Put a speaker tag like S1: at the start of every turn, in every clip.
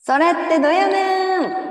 S1: それってどやねん。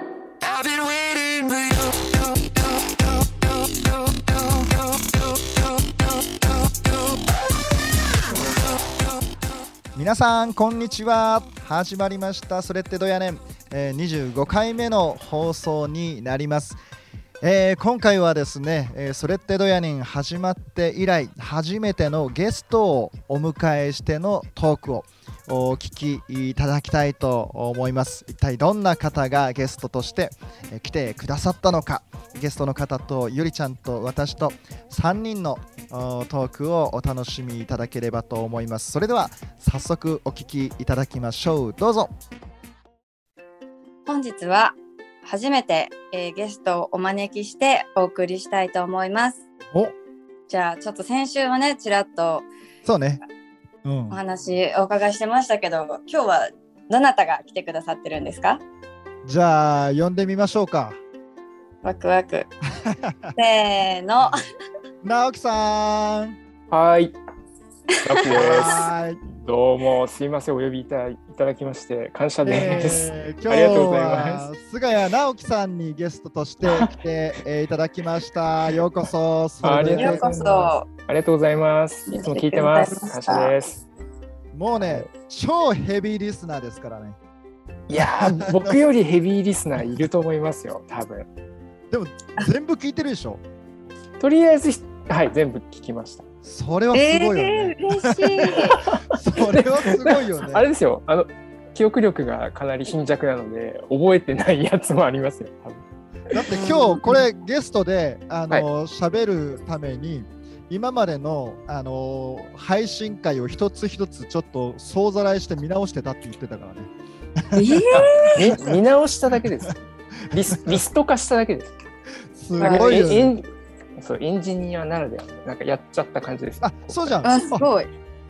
S2: 皆さんこんにちは。始まりましたそれってどやねん、25回目の放送になります。今回はですね、それってどやねん始まって以来初めてのゲストをお迎えしてのトークをお聞きいただきたいと思います。一体どんな方がゲストとして来てくださったのか、ゲストの方とゆりちゃんと私と3人のトークをお楽しみいただければと思います。それでは早速お聞きいただきましょう。どうぞ。
S1: 本日は初めて、ゲストをお招きしてお送りしたいと思います。じゃあちょっと先週はねちらっと
S2: そうね、
S1: お話お伺いしてましたけど、今日はどなたが来てくださってるんですか？
S2: じゃあ呼んでみましょうか。
S1: ワクワクせーの
S2: 直樹さん。
S3: はい、直樹です。
S2: はい、
S3: どうもすいません、お呼びいただきまして感謝です。
S2: 今日は菅谷直樹さんにゲストとして来て、いただきました。ようこそ。
S3: ありがとうございます。いつも聞いてます。感謝です。
S2: もうね、超ヘビーリスナーですからね。
S3: いや僕よりヘビーリスナーいると思いますよ、多分。
S2: でも全部聞いてるでしょ？
S3: とりあえずはい全部聞きました。
S2: それはすごいよね。
S1: 嬉しい
S2: それはすごいよね。
S3: あれですよ、記憶力がかなり貧弱なので覚えてないやつもありますよ、多分。
S2: だって今日これゲストで喋るために今までの配信会を一つ一つちょっと総ざらいして見直してたって言ってたからね。
S3: 見直しただけです。リスト化しただけです。
S2: すごいよね。
S3: そう、エンジニアならではなんかやっちゃった感じです。
S2: あ、そうじゃん。
S1: すごい。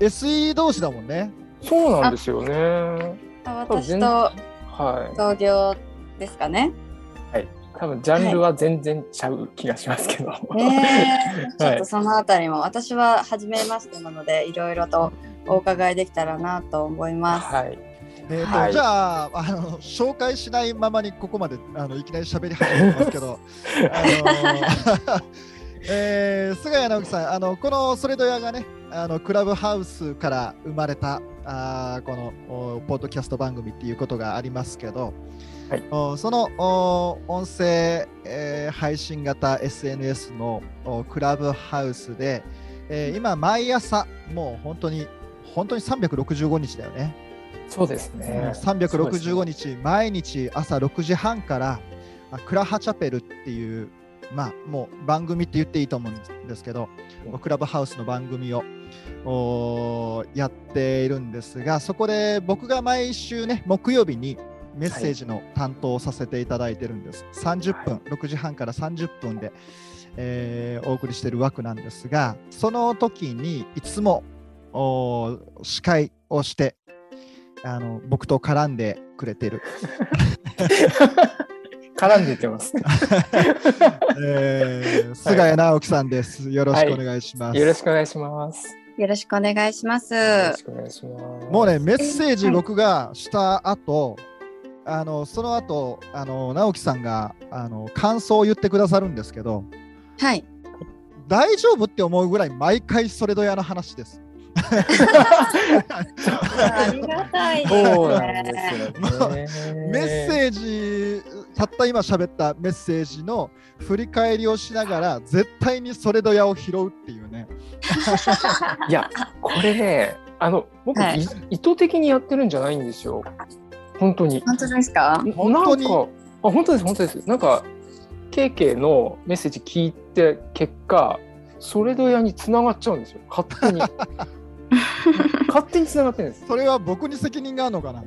S2: SE 同士だもんね。
S3: そうなんですよね。
S1: 私と同業ですかね。
S3: はい。多分ジャンルは全然ちゃう気がしますけど。
S1: ちょっとそのあたりも、私は初めましてなのでいろいろとお伺いできたらなと思います。
S3: はい。
S2: じゃあ紹介しないままにここまでいきなり喋り始めてますけど菅谷直樹さん、このそれどやがねクラブハウスから生まれたこのポッドキャスト番組っていうことがありますけど、はい、その音声、配信型 SNS のクラブハウスで、今毎朝もう本当に365日だよね。
S3: そうですね。
S2: 365日、毎日朝6時半からクラハチャペルっていう、もう番組って言っていいと思うんですけど、クラブハウスの番組をやっているんですが、そこで僕が毎週ね木曜日にメッセージの担当をさせていただいてるんです。30分、6時半から30分で、お送りしている枠なんですが、その時にいつも司会をして僕と絡んでくれてる
S3: 絡んでてます、
S2: 菅谷直樹さんです。よろしくお願いします。
S3: よろしくお願いします。
S1: よろしくお願いします。
S2: もうね、メッセージ僕がした後、その後直樹さんが感想を言ってくださるんですけど、
S1: はい、
S2: 大丈夫って思うぐらい毎回それどやの話です。
S1: ありがたいですね。
S3: そうなんですよね。
S2: メッセージ、たった今喋ったメッセージの振り返りをしながら絶対にそれどやを拾うっていうね。
S3: いや、これね、僕、意図的にやってるんじゃないんですよ。本当に。
S1: 本当ですか？
S2: 本当に。
S3: 本当です。なんか KK のメッセージ聞いて結果、それどやに繋がっちゃうんですよ。勝手に。勝手に繋がってるんです。
S2: それは僕に責任があるのかな。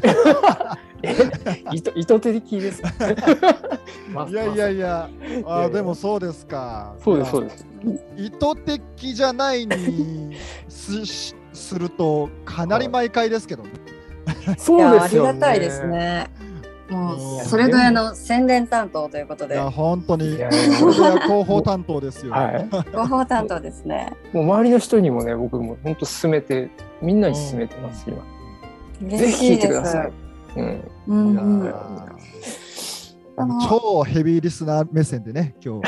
S3: 意図的ですか。
S2: いや、でもそうですか。
S3: そうです。
S2: 意図的じゃないにするとかなり毎回ですけどね。
S3: そうですよね。
S1: ありがたいですね。もうそれどやの宣伝担当ということで。
S2: いや本当にそれどや広報担当ですよ。
S1: 広報担当ですね。
S3: もう周りの人にもね、僕も本当勧めて、みんなに勧めてます今。ぜひ聞いてください。
S2: 超ヘビーリスナー目線でね今日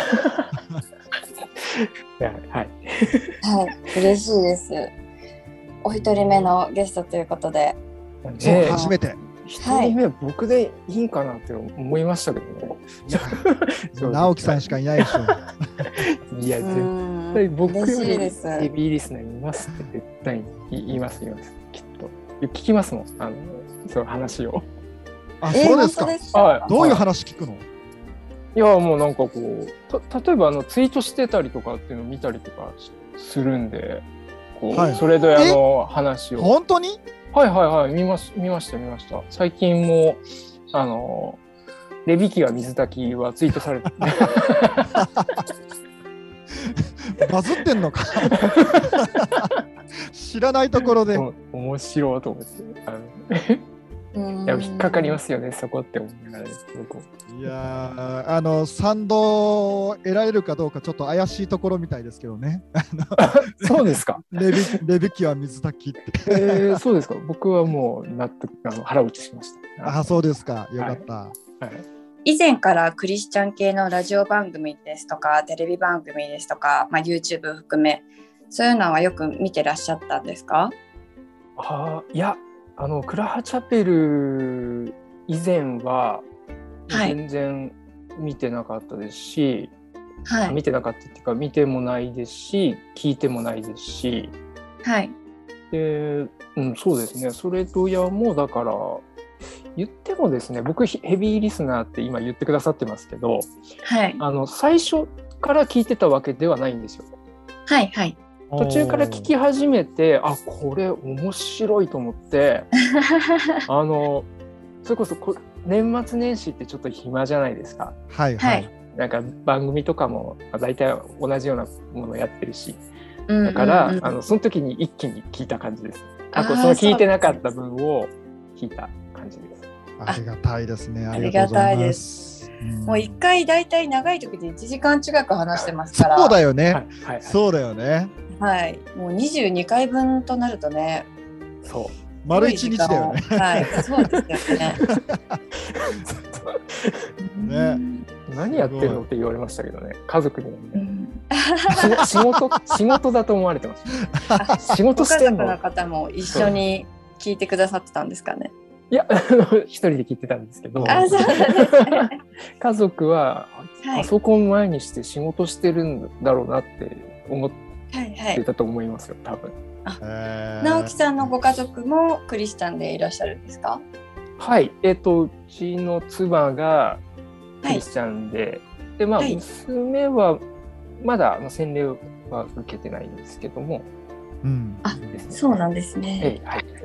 S3: はい、
S1: はい、嬉しいです。お一人目のゲストということで、
S2: 初めて
S3: 一人目僕でいいかなって思いましたけどね。
S2: 直樹さんしかいないでしょ。
S3: いや絶対僕よりヘビーリスナーいますって絶対に言いますきっと聞きますもんその話を。
S2: そうですか。どういう話聞くの？
S3: いやもうなんかこう例えばツイートしてたりとかっていうのを見たりとかするんで、こう、それぞれ話を。
S2: 本当に？
S3: はい見ました。最近もレビキは水炊きはツイートされて
S2: バズってんのか知らないところで
S3: 面白いと思っていや引っかかりますよねそこって思いながらです。
S2: いや賛同を得られるかどうかちょっと怪しいところみたいですけどね。
S3: そうですか。
S2: レビキは水炊きって。
S3: そうですか。僕はもう納得腹落ちしました。
S2: そうですか。よかった。
S1: 以前からクリスチャン系のラジオ番組ですとかテレビ番組ですとか、YouTube 含めそういうのはよく見てらっしゃったんですか？
S3: いやクラハチャペル以前は全然見てなかったですし、見てなかったっていうか見てもないですし聞いてもないですし、で、そうですね。それともだから言ってもですね、僕ヘビーリスナーって今言ってくださってますけど、最初から聞いてたわけではないんですよ。途中から聞き始めてこれ面白いと思ってそれこそ年末年始ってちょっと暇じゃないですか。なんか番組とかも大体同じようなものをやってるし、だからその時に一気に聞いた感じです。その聞いてなかった分を聞いた感じです。
S2: ありがたいですね。ありがとうございます。
S1: もう1回大体長い時で1時間近く話してますから。
S2: そうだよね。そうだよね。
S1: もう22回分となるとね。
S3: そう。
S2: 丸1日だよね。
S1: そうですよね。
S3: 何やってるのって言われましたけどね、家族にもね。仕事だと思われてました。仕事してんの？
S1: ご家族の方も一緒に聞いてくださってたんですかね。
S3: いや、一人で聞いてたんですけど、
S1: そうですね、
S3: 家族はパソコン前にして仕事してるんだろうなって思ってたと思いますよ、多分。
S1: 直樹さんのご家族もクリスチャンでいらっしゃるんですか？
S3: はい、うちの妻がクリスチャンで、娘はまだ洗礼は受けてないんですけども、
S1: そうなんですね。
S3: そうなんです。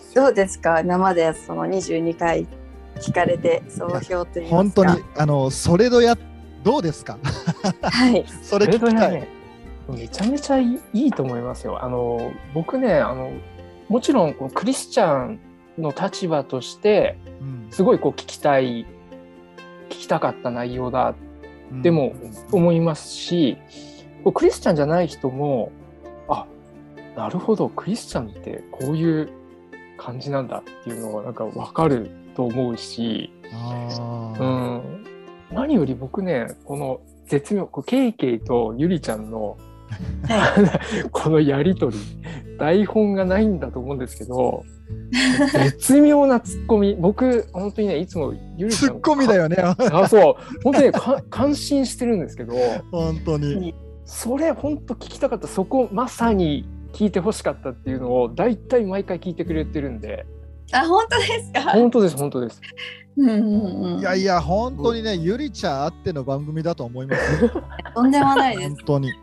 S1: どうですか、生でその22回聞かれて総評といいますか。
S2: 本当にそれどやどうですか？それ聞きたい。
S3: めちゃめちゃいいと思いますよ。僕ねもちろんクリスチャンの立場としてすごい聞きたかった内容だでも思いますし、クリスチャンじゃない人もなるほどクリスチャンってこういう感じなんだっていうのがなんか分かると思うし、何より僕ねこの絶妙ケイケイとゆりちゃんのこのやり取り台本がないんだと思うんですけど絶妙なツッコミ、僕本当にねいつもゆりちゃん
S2: ツッコミだよね。
S3: そう本当に感心してるんですけど
S2: 本当に
S3: それ本当聞きたかった、そこまさに聞いてほしかったっていうのをだいたい毎回聞いてくれてるんで。
S1: 本当ですか？
S3: 本当です。
S2: いや本当にねゆりちゃんあっての番組だと思いますよ。
S1: とんでもないです。
S2: 本当に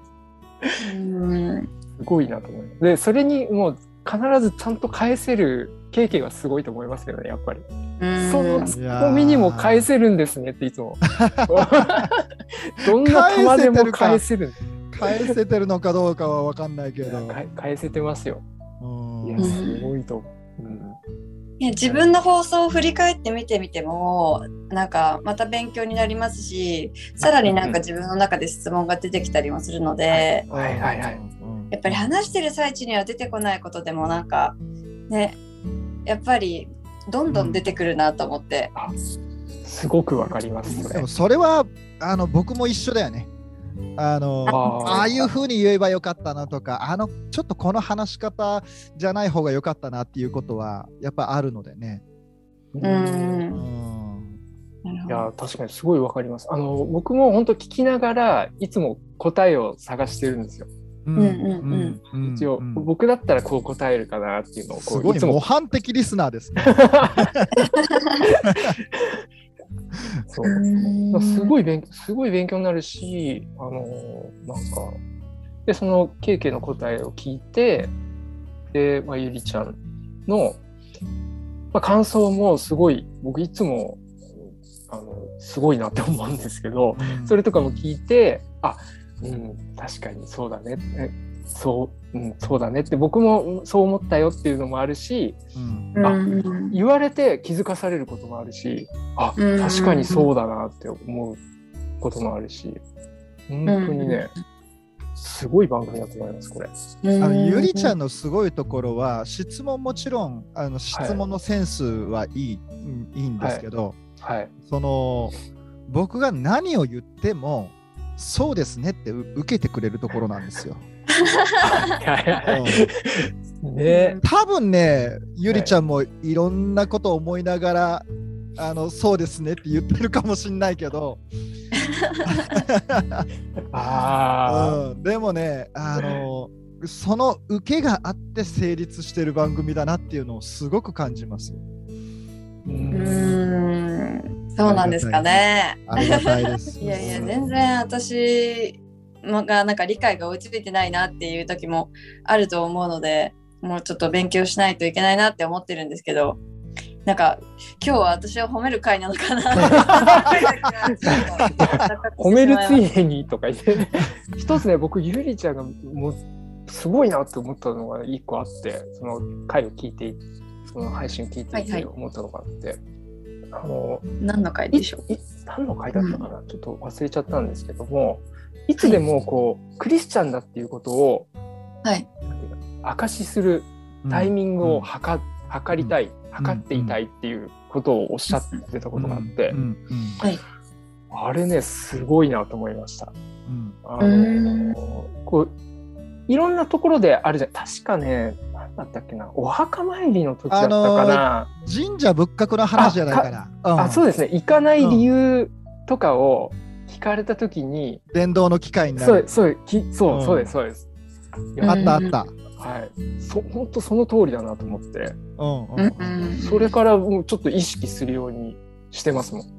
S3: すごいなと思います。でそれにもう必ずちゃんと返せる経験がすごいと思いますけどね、やっぱり。そのツッコミにも返せるんですねっていつもどんな球でも返せる。
S2: 返せてるのかどうかは分かんないけど
S3: 返せてますよ。いやすごいと思う。
S1: いや自分の放送を振り返って見てみてもなんかまた勉強になりますし、さらになんか自分の中で質問が出てきたりもするので、やっぱり話してる最中には出てこないことでもなんかね、やっぱりどんどん出てくるなと思って、
S3: すごくわかります。
S2: でもそれは僕も一緒だよね。ああいう風に言えばよかったなとか、ちょっとこの話し方じゃない方がよかったなっていうことはやっぱあるのでね。
S3: いや確かにすごいわかります。僕も本当聞きながらいつも答えを探してるんですよ。一応僕だったらこう答えるかなっていうのを
S2: すごい模範的リスナーですね。
S3: そうすごい勉強になるし、なんかでそのケイケイの答えを聞いて、で、ゆりちゃんの、感想もすごい僕いつもすごいなって思うんですけど、それとかも聞いて確かにそうだね、そうだねって僕もそう思ったよっていうのもあるし、言われて気づかされることもあるし、確かにそうだなって思うこともあるし、本当にね、すごい番組だと思いますこれ。
S2: ゆりちゃんのすごいところは質問もちろん質問のセンスはいいんですけど、僕が何を言ってもそうですねって受けてくれるところなんですよ。多分ね、ゆりちゃんもいろんなことを思いながらそうですねって言ってるかもしんないけどでもねその受けがあって成立してる番組だなっていうのをすごく感じます。
S1: そうなんですかね。
S2: ありがたいです。
S1: いやいや全然私がなんか理解が追いついてないなっていう時もあると思うので、もうちょっと勉強しないといけないなって思ってるんですけど、なんか今日は私を褒める会なのかな
S3: 褒めるついでにとか言って一つね、僕ゆりちゃんがもうすごいなって思ったのが一個あって、その回を聞いてその配信聞いていて思ったのがあって、
S1: 何の回でしょう。
S3: 何の回だったかな、ちょっと忘れちゃったんですけども、いつでもこうクリスチャンだっていうことを証しするタイミングを測りたい、測っていたいっていうことをおっしゃってたことがあって、あれねすごいなと思いました。こういろんなところであるじゃん。確かね、何だったっけな、お墓参りの時だったかな、
S2: 神社仏閣の話じゃないかな。
S3: そうですね、行かない理由とかを聞かれた時に、
S2: 伝道の機会になる。
S3: そうです。
S2: あった
S3: はい、本当その通りだなと思って、それからもうちょっと意識するようにしてますもん。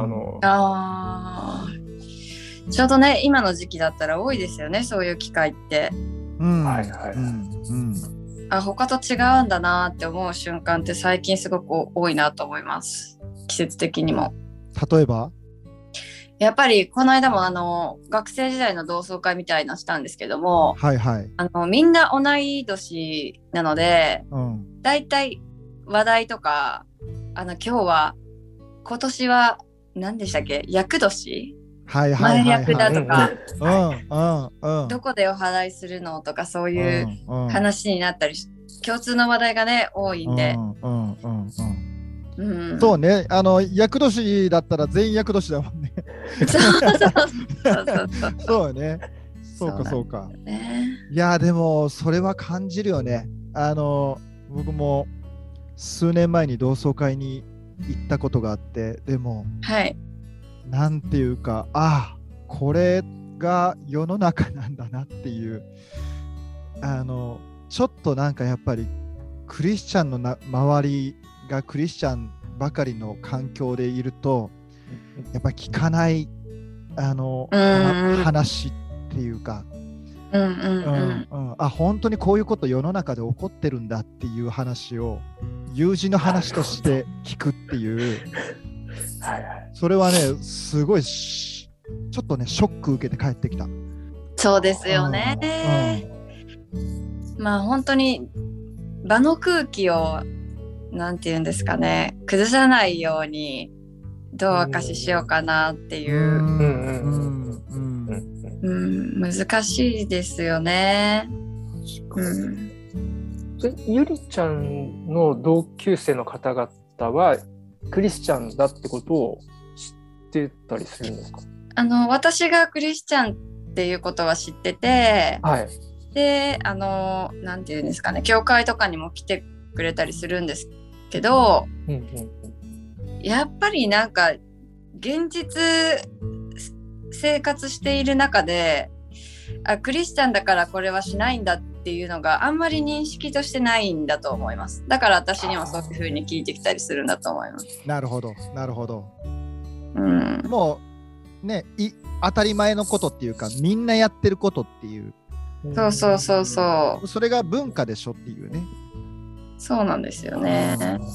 S1: ちょうどね今の時期だったら多いですよね、そういう機会って。他と違うんだなって思う瞬間って最近すごく多いなと思います。季節的にも。
S2: 例えば
S1: やっぱりこの間も学生時代の同窓会みたいなのしたんですけども、みんな同い年なので、だいたい話題とか今年は何でしたっけ、厄年、前役だとか、どこでお祓いするのとかそういう話になったり、共通の話題がね多いんで。
S2: そうね、厄年だったら全員厄年だもんね。そうね、そうか。いやでもそれは感じるよね。僕も数年前に同窓会に行ったことがあって、でも、なんていうか、これが世の中なんだなっていう、ちょっとなんかやっぱりクリスチャンの周りがクリスチャンばかりの環境でいるとやっぱり聞かない話っていうか、本当にこういうこと世の中で起こってるんだっていう話を友人の話として聞くっていうそれはねすごいちょっとねショック受けて帰ってきた。
S1: そうですよね。本当に場の空気をなんていうんですかね、崩さないようにどう明かししようかなっていう、難しいですよね。
S3: ゆりちゃんの同級生の方々 方はクリスチャンだってことを知ってたりするんですか？
S1: 私がクリスチャンっていうことは知ってて、
S3: はい、
S1: でなんていうんですかね、教会とかにも来てくれたりするんですけど、やっぱりなんか現実生活している中でクリスチャンだからこれはしないんだっていうのがあんまり認識としてないんだと思います。だから私にもそういう風に聞いてきたりするんだと思います。
S2: なるほどなるほど、もうね当たり前のことっていうか、みんなやってることっていう、
S1: そう
S2: それが文化でしょっていうね。
S1: そうなんですよね。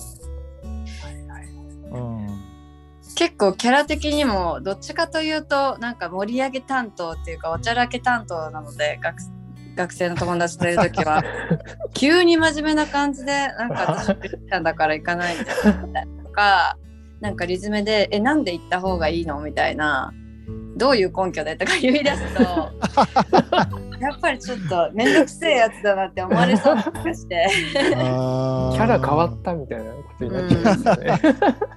S1: 結構キャラ的にもどっちかというとなんか盛り上げ担当っていうかおちゃらけ担当なので、学生の友達といるときは急に真面目な感じでなんか私クリスチャンだから行かないみたいなとか、なんかリズムでなんで行った方がいいのみたいな、どういう根拠でとか言い出すとやっぱりちょっとめんどくせえやつだなって思われそうな気がして
S3: キャラ変わったみたいなことになっちゃいますよね。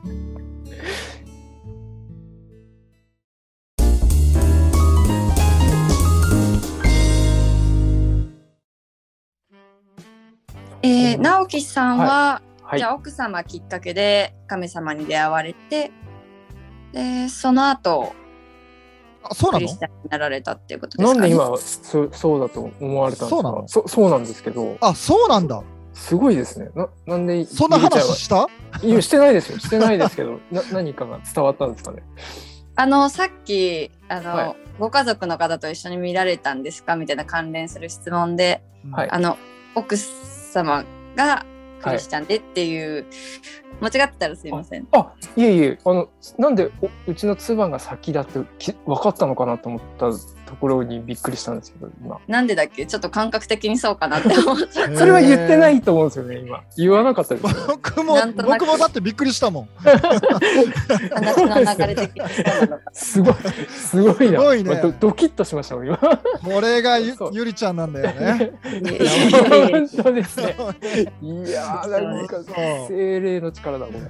S1: 直樹さんは、
S3: はい、
S1: じゃあ奥様きっかけで神様に出会われて、でその後クリスチャンになられたっていうことですかね。
S3: なんで今そうだと思われたんですか？そうなんですけど。
S2: そうなんだ。
S3: すごいですね。なんで
S2: そんな話した？
S3: いやしてないですよ。してないですけど何かが伝わったんですかね。
S1: さっきご家族の方と一緒に見られたんですかみたいな関連する質問で、奥様がクリスチャンでっていう、間違ってたらすいません。
S3: いえなんでうちの妻が先だって分かったのかなと思ったところにびっくりしたんですけど、今
S1: なんでだっけ、ちょっと感覚的にそうかなって思っちゃった
S3: それは言ってないと思うんですよね。今言わなかったです、ね、
S2: 僕もだってびっくりしたもん
S1: 話の流れ的にそうなのか
S3: すごいな。すごいね。ドキッとしました今。
S2: これがゆりちゃんなんだよね。
S3: 本当ですね。いやなんか精霊の力だこ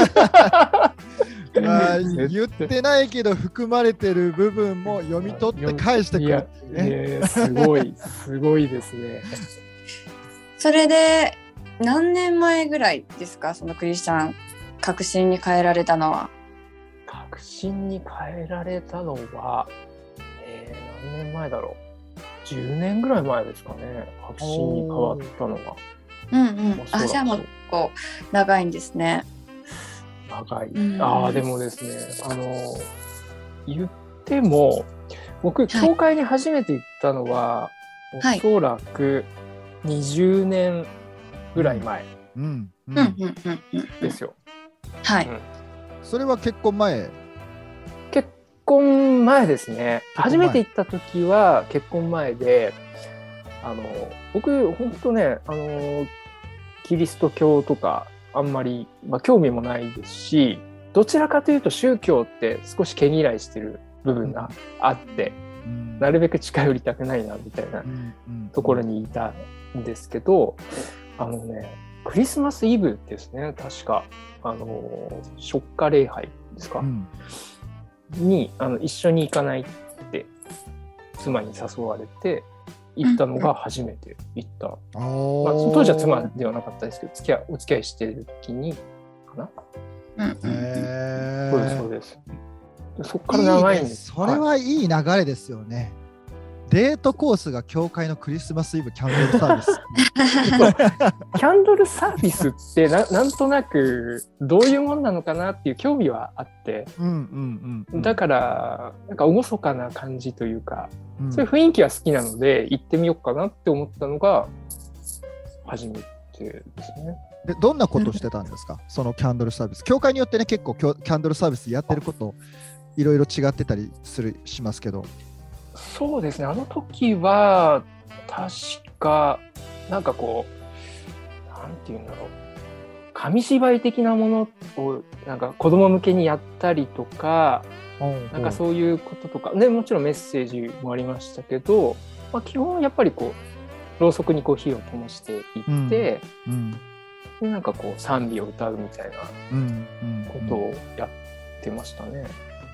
S3: れ。
S2: 言ってないけど含まれてる部分も読み取って返してくるっていうね。
S3: すごいですね。
S1: それで何年前ぐらいですか、そのクリスチャン確信に変えられたのは。
S3: 確信に変えられたのは、何年前だろう。10年ぐらい前ですかね。確信に変わったのが。
S1: じゃあもうこう長いんですね。
S3: 長い。でもですね、言っても僕教会に初めて行ったのは、おそらく20年ぐらい前ですよ。
S2: それは結婚前？
S3: 結婚前ですね。初めて行った時は結婚前で、僕本当ね、キリスト教とかあんまり、興味もないですし、どちらかというと宗教って少し毛嫌いしてる部分があって、なるべく近寄りたくないなみたいなところにいたんですけど、クリスマスイブですね、確か初夏礼拝ですか、に一緒に行かないって妻に誘われて行ったのが初めて行った、その当時は妻ではなかったですけど、お付き合いしてる時にかな。そうです。そっから長いんです。
S2: それはいい流れですよね。デートコースが教会のクリスマスイブキャンドルサービス
S3: キャンドルサービスってなんとなくどういうもんなのかなっていう興味はあって、だからなんか厳かな感じというか、そういう雰囲気は好きなので行ってみようかなって思ったのが初めてですね。
S2: でどんなことしてたんですか、そのキャンドルサービス。教会によってね、結構キャンドルサービスやってることいろいろ違ってたりしますけど。
S3: そうですね、あの時は確かなんかこうなんていうんだろう、紙芝居的なものをなんか子供向けにやったりとか、なんかそういうこととかね、もちろんメッセージもありましたけど、基本やっぱりこうろうそくにこう火を灯していって、 でなんかこう賛美を歌うみたいなことをやってましたね。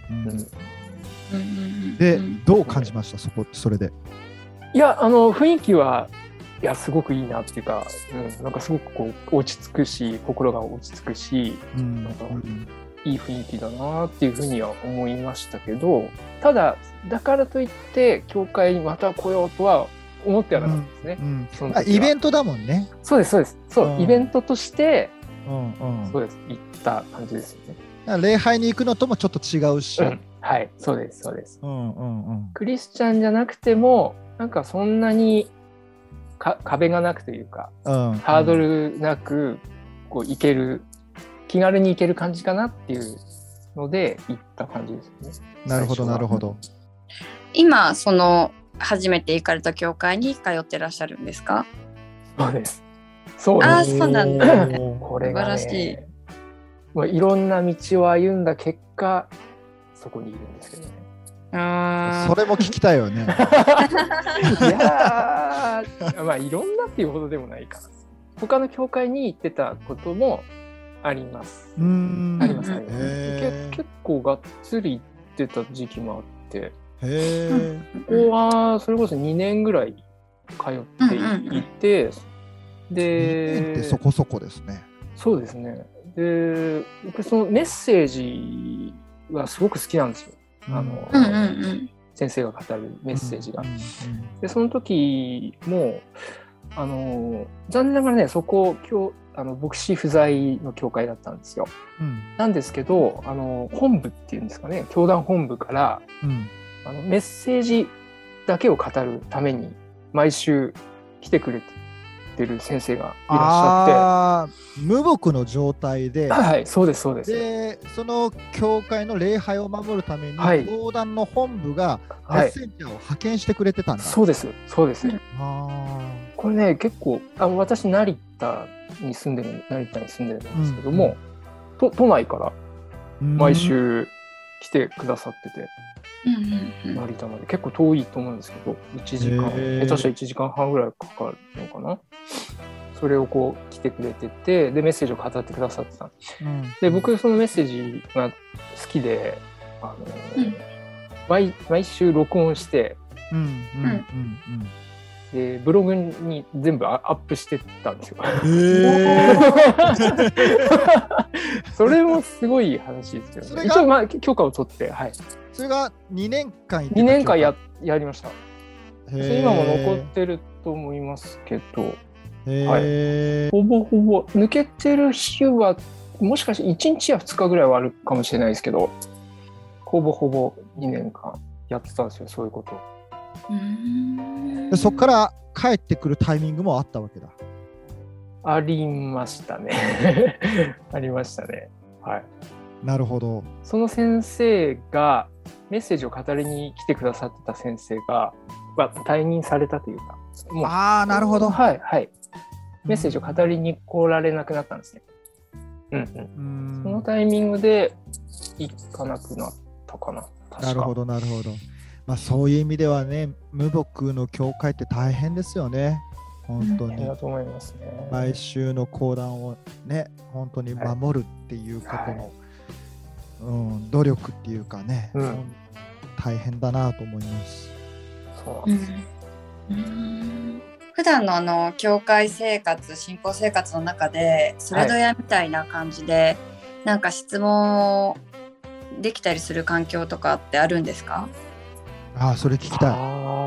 S2: でどう感じましたそれで。
S3: いや雰囲気はいやすごくいいなっていうか、なんかすごくこう落ち着くし心が落ち着くし、なんかいい雰囲気だなっていうふうには思いましたけど、ただだからといって教会にまた来ようとは思ってはなかったですね。
S2: イベントだもんね。
S3: そうですそうです。そう、イベントとして、そうです、行った感じですよね。
S2: 礼拝に行くのともちょっと違うし、
S3: はい、そうですそうです。クリスチャンじゃなくてもなんかそんなに壁がなくというか、ハードルなくこう行ける、気軽に行ける感じかなっていうので行った感じですよね。
S2: なるほどなるほど。
S1: 今その初めて行かれた教会に通ってらっしゃるんですか？
S3: そうです。そうです。
S1: そうなんだ、ね。
S3: これがね、
S1: 素晴らしい。
S3: いろんな道を歩んだ結果そこにいるんですけどね。
S2: それも聞きたいよね。い
S3: やいろんなっていうほどでもないかな。他の教会に行ってたこともあります。ありますあります。結構がっつり行ってた時期もあって、ここはそれこそ2年ぐらい通っていて、
S2: で2年ってそこそこですね。
S3: そうですね。で、僕そのメッセージがすごく好きなんですよ。先生が語るメッセージが。でその時も残念ながらね、そこ牧師不在の教会だったんですよ。なんですけど本部っていうんですかね、教団本部から、メッセージだけを語るために毎週来てくれてる先生がいらっしゃって、
S2: 無牧の状態で、
S3: はい、そうですそうです。
S2: でその教会の礼拝を守るために、教団の本部がメッセージャーを派遣してくれてたんだ。
S3: そうですそうです。これね、結構私成田に住んでるんですけども、都内から毎週来てくださってて、成田まで結構遠いと思うんですけど、1時間、下手したら1時間半ぐらいかかるのかな。それをこう来てくれてて、でメッセージを語ってくださってた。で僕そのメッセージが好きで、毎週録音して、でブログに全部アップしてたんですよ。それもすごい話ですよね。一応許可を取って、
S2: それが2年間
S3: やりました。今も残ってると思いますけど、ほぼほぼ抜けてる日はもしかして1日や2日ぐらいはあるかもしれないですけど、ほぼほぼ2年間やってたんですよ、そういうこと。
S2: そこから帰ってくるタイミングもあったわけだ。
S3: ありましたね。ありましたね。はい。
S2: なるほど。
S3: その先生がメッセージを語りに来てくださってた先生が、退任されたというか、
S2: もうなるほど。
S3: はいはい。メッセージを語りに来られなくなったんですね。そのタイミングで行かなくなったかな。
S2: なるほどなるほど。そういう意味ではね、無牧の教会って大変ですよね。本当に。
S3: だと思いますね。
S2: 毎週の講談をね、本当に守るっていうことの、努力っていうかね、大変だなと思います。
S3: そうなんです。
S1: 普段の教会生活、信仰生活の中でそれどやみたいな感じで、なんか質問できたりする環境とかってあるんですか？
S2: それ聞きたい。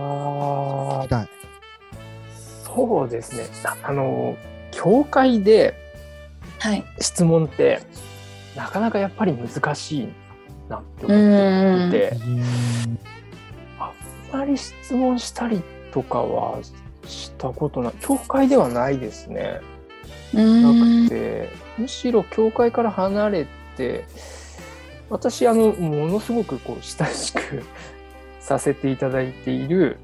S3: そうですね。教会で質問ってなかなかやっぱり難しいなって思っていて、あんまり質問したりとかはしたことない。教会ではないですね。なくて、むしろ教会から離れて、私ものすごくこう親しくさせていただいている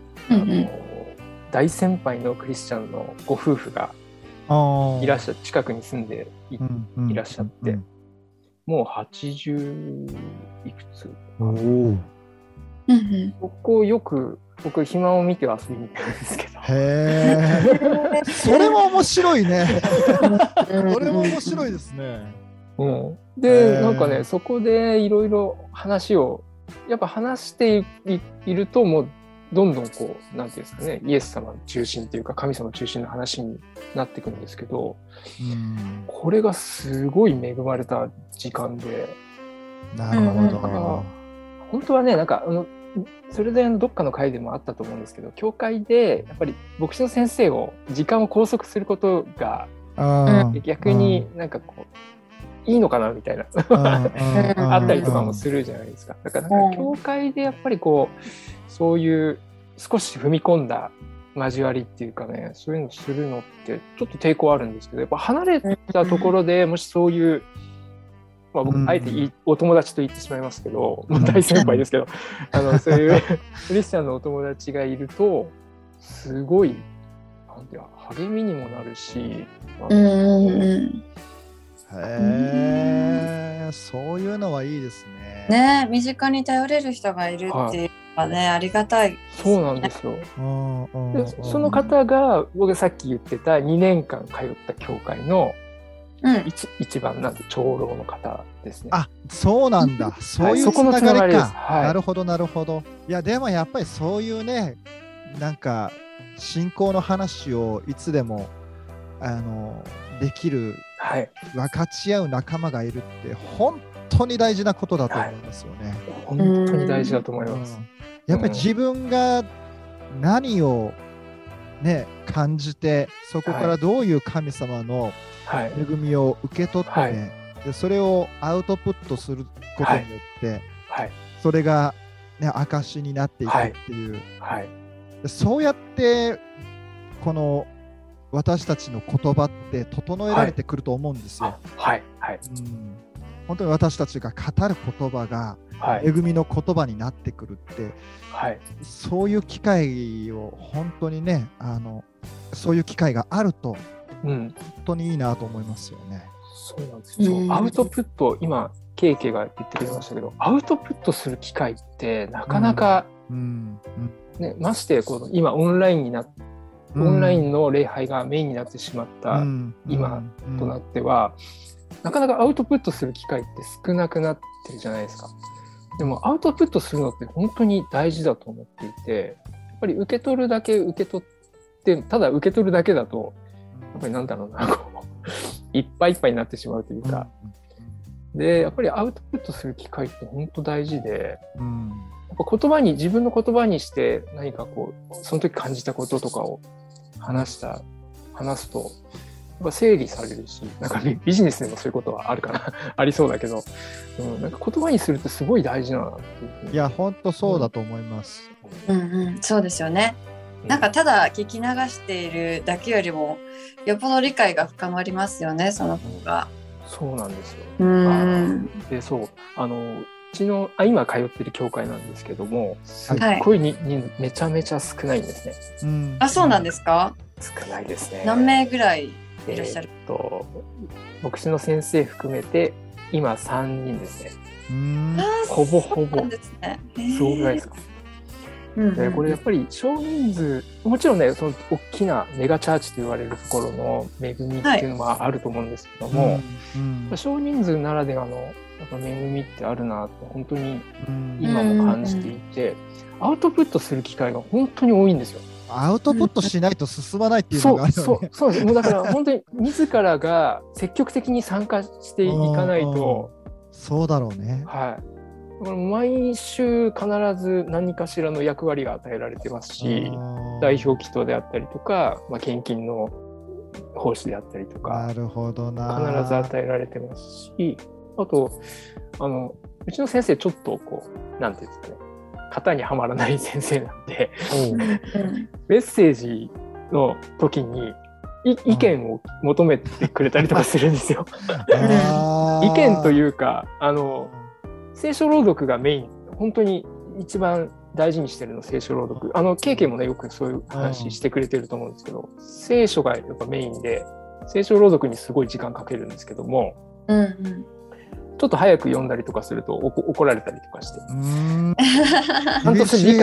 S3: 大先輩のクリスチャンのご夫婦がいらっしゃって、近くに住んで いらっしゃって、もう80いくつ、そこをよく僕暇を見て遊びに行くんですけど。
S2: へえ。それも面白いね。それも面白いですね。
S3: でなんかねそこでいろいろ話をやっぱ話しているともうどんどんこうなんていうんですかねイエス様中心っていうか神様中心の話になってくるんですけど、これがすごい恵まれた時間で。
S2: なるほど。
S3: 本当はねなんかそれでどっかの回でもあったと思うんですけど教会でやっぱり牧師の先生を時間を拘束することが逆になんかこういいのかなみたいなあったりとかもするじゃないですか。だからなんか教会でやっぱりこうそういう少し踏み込んだ交わりっていうかねそういうのするのってちょっと抵抗あるんですけどやっぱ離れたところでもしそういう僕あえてお友達と言ってしまいますけど、大先輩ですけどそういうクリスチャンのお友達がいるとすごいなんていう励みにもなるし。
S2: そういうのはいいですね。
S1: ね、身近に頼れる人がいるっていうのはね、ありがたい、
S3: そうなんですよ。でその方が僕がさっき言ってた2年間通った教会の一番なんて長老の方ですね。
S2: そうなんだ。そういうつながりか。なるほどなるほど。いやでもやっぱりそういうねなんか信仰の話をいつでもできる、分かち合う仲間がいるって本当に大事なことだと思いますよね。
S3: 本当に大事だと思います。
S2: やっぱり自分が何をね感じてそこからどういう神様の恵みを受け取って、でそれをアウトプットすることによって、それが、ね、証になっていくっていう、そうやってこの私たちの言葉って整えられてくると思うんですよ。本当に私たちが語る言葉が恵みの言葉になってくるって、そういう機会を本当にねそういう機会があると本当にいいなと思いますよね。
S3: そうなんですよ。アウトプット今ケイケが言ってくれましたけどアウトプットする機会ってなかなか、ね、ましてこの今オンラインの礼拝がメインになってしまった今となっては、なかなかアウトプットする機会って少なくなってるじゃないですか。でもアウトプットするのって本当に大事だと思っていて、やっぱり受け取るだけ受け取ってただ受け取るだけだとやっぱりなんだろうなこういっぱいいっぱいになってしまうというか、でやっぱりアウトプットする機会って本当大事で、やっぱ自分の言葉にして何かこうその時感じたこととかを話すとやっぱ整理されるし、なんかビジネスでもそういうことはあるかなありそうだけど、なんか言葉にするってすごい大事だなっていうふうに。
S2: いや本当そうだと思います。
S1: そうですよね。なんかただ聞き流しているだけよりもよっぽど理解が深まりますよね、その方が。
S3: そうなんですよ。でそううちの今通ってる教会なんですけどもすっごいめちゃめちゃ少ないんですね。
S1: そうなんですか？
S3: 少ないですね。
S1: 何名ぐらいいらっしゃる？
S3: 牧師の先生含めて今3人ですね。ほぼほぼ。そうぐらいですか。でこれやっぱり少人数もちろんねその大きなメガチャーチと言われるところの恵みっていうのはあると思うんですけども、少人数ならではのやっぱ恵みってあるなと本当に今も感じていて、アウトプットする機会が本当に多いんですよ。
S2: アウトプットしないと進まないっていうのがあるよね。
S3: そうです。もうだから本当に自らが積極的に参加していかないと
S2: そうだろうね。
S3: 毎週必ず何かしらの役割が与えられてますし、代表祈祷であったりとか、献金の奉仕であったりとか、
S2: なるほどな、
S3: 必ず与えられてますし、あとうちの先生ちょっとこうなんていうんですかね、型にはまらない先生なんでメッセージの時に意見を求めてくれたりとかするんですよ。意見というか聖書朗読がメイン、本当に一番大事にしてるの聖書朗読。ケイケイもねよくそういう話してくれてると思うんですけど、聖書がやっぱメインで聖書朗読にすごい時間かけるんですけども、ちょっと早く読んだりとかすると怒られたりとかして、ちゃんと理解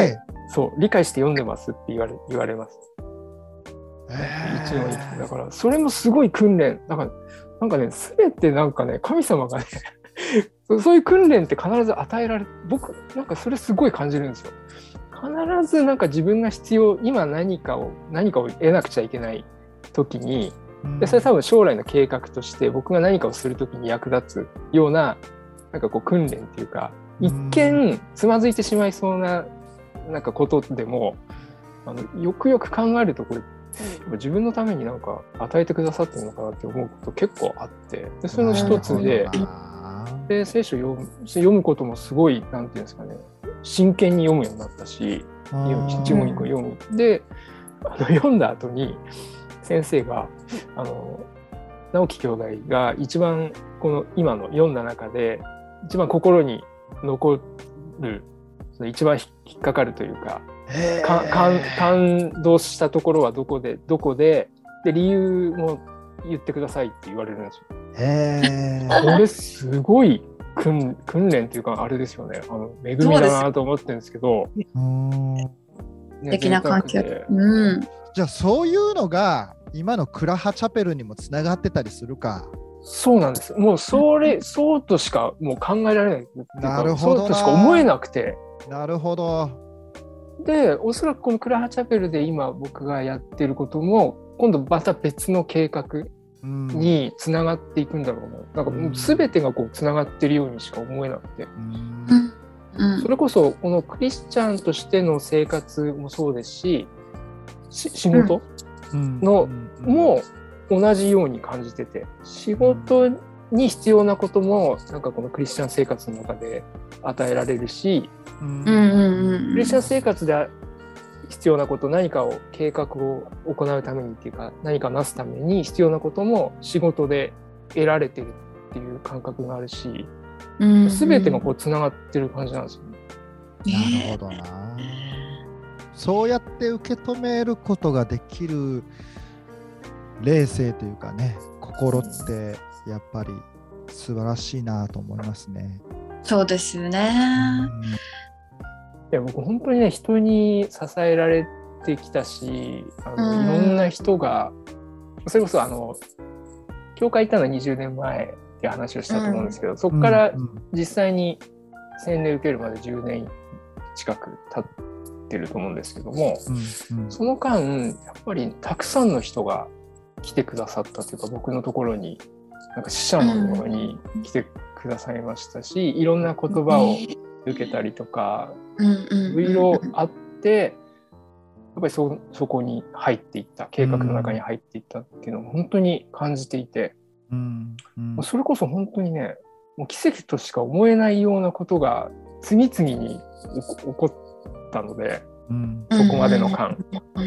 S3: そう理解して読んでますって言われます。一問一答だからそれもすごい訓練だからなんかね全てなんかね神様がねそういう訓練って必ず与えられ僕なんかそれすごい感じるんですよ。必ずなんか自分が今何かを得なくちゃいけない時にでそれ多分将来の計画として僕が何かをする時に役立つようななんかこう訓練っていうか一見つまずいてしまいそうななんかことでもよくよく考えるとこれ自分のためになんか与えてくださってるのかなって思うこと結構あってでその一つで聖書を読むこともすごいなんていうんですかね真剣に読むようになったし一問一個読むで読んだ後に先生が直樹兄弟が一番この今の読んだ中で一番心に残る一番引っかかるというか感動したところはどこで理由も言ってくださいって言われるんですよ。これすごい訓練というかあれですよね恵みだなと思ってるんですけど
S1: 素敵な環境、
S2: じゃあそういうのが今のクラハチャペルにもつながってたりするか。
S3: そうなんです。もうそうとしかもう考えられない。
S2: なるほどな。
S3: そうとしか思えなくて。
S2: なるほど。
S3: で、おそらくこのクラハチャペルで今僕がやってることも今度また別の計画につながっていくんだろうな。なんかもう全てがこうつながってるようにしか思えなくて。それこそこのクリスチャンとしての生活もそうですし、仕事のも同じように感じてて、仕事に必要なこともなんかこのクリスチャン生活の中で与えられるし、クリスチャン生活で必要なこと何かを計画を行うためにっていうか何かをなすために必要なことも仕事で得られてるっていう感覚があるし、全てがこうつながってる感じなんですよね。
S2: なるほどな。そうやって受け止めることができる霊性というかね、心ってやっぱり素晴らしいなと思いますね。
S1: そうですよね。
S3: いや僕本当にね人に支えられてきたしいろんな人がそれこそ教会行ったのは20年前って話をしたと思うんですけど、そこから実際に洗礼受けるまで10年近く経ってると思うんですけども、その間やっぱりたくさんの人が来てくださったというか僕のところになんか使者のように来てくださいましたし、いろんな言葉を受けたりとかいろいろあってやっぱりそこに入っていった計画の中に入っていったっていうのを本当に感じていて、それこそ本当にねもう奇跡としか思えないようなことが次々に起こったので、そこまでの間、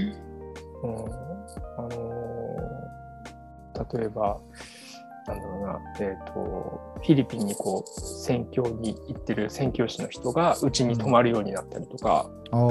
S3: 例えばなんだろうな、フィリピンにこう宣教に行ってる宣教師の人がうちに泊まるようになったりとか、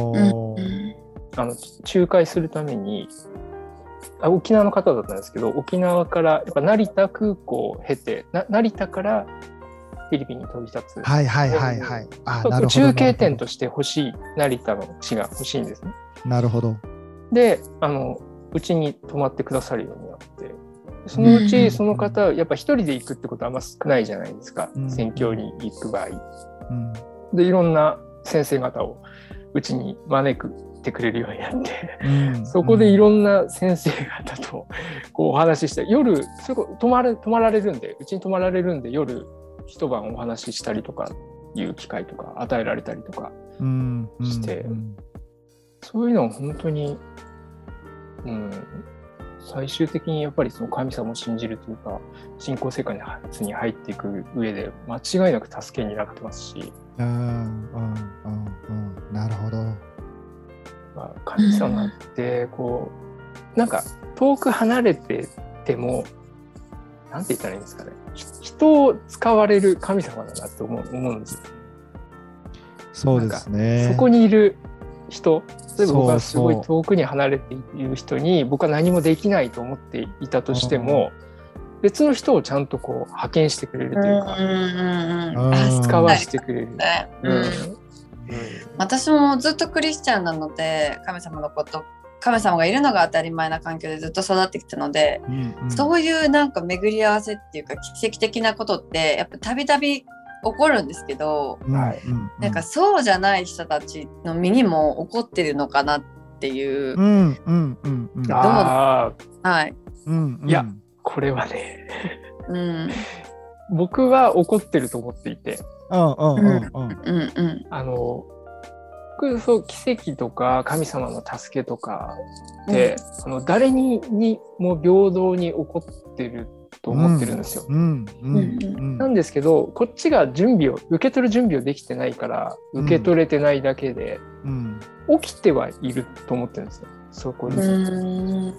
S3: 仲介するために沖縄の方だったんですけど、沖縄からやっぱ成田空港を経て成田からフィリピンに飛び立つ、中継点として欲しい成田の地が欲しいんですね。
S2: なるほど。
S3: でうちに泊まってくださるようになって、そのうちその方はやっぱ一人で行くってことはあんま少ないじゃないですか、宣教に行く場合、でいろんな先生方をうちに招てくれるようになって、そこでいろんな先生方とこうお話しして夜それこそ泊まられるんでうちに泊まられるんで夜一晩お話ししたりとかいう機会とか与えられたりとかして、そういうのは本当に、最終的にやっぱりその神様を信じるというか信仰生活に入っていく上で間違いなく助けになってますし、
S2: なるほど。
S3: 神様ってこうなんか遠く離れててもなんて言ったらいいんですかね、人を使われる神様だなって思うんですよ。
S2: そうですね。
S3: そこにいる人、例えば僕はすごい遠くに離れている人に僕は何もできないと思っていたとしても、別の人をちゃんとこう派遣してくれるというか、使わせてくれる。
S1: 私もずっとクリスチャンなので、神様がいるのが当たり前な環境でずっと育ってきたので、そういうなんか巡り合わせっていうか奇跡的なことってやっぱたびたび起こるんですけど、なんかそうじゃない人たちの身にも起こってるのかなっていう。はい。
S3: いや、これはね、僕は起こってると思っていて、そう奇跡とか神様の助けとかって、誰にも平等に起こってると思ってるんですよ。なんですけど、こっちが受け取る準備をできてないから受け取れてないだけで、起きてはいると思ってるんですよ、そこに。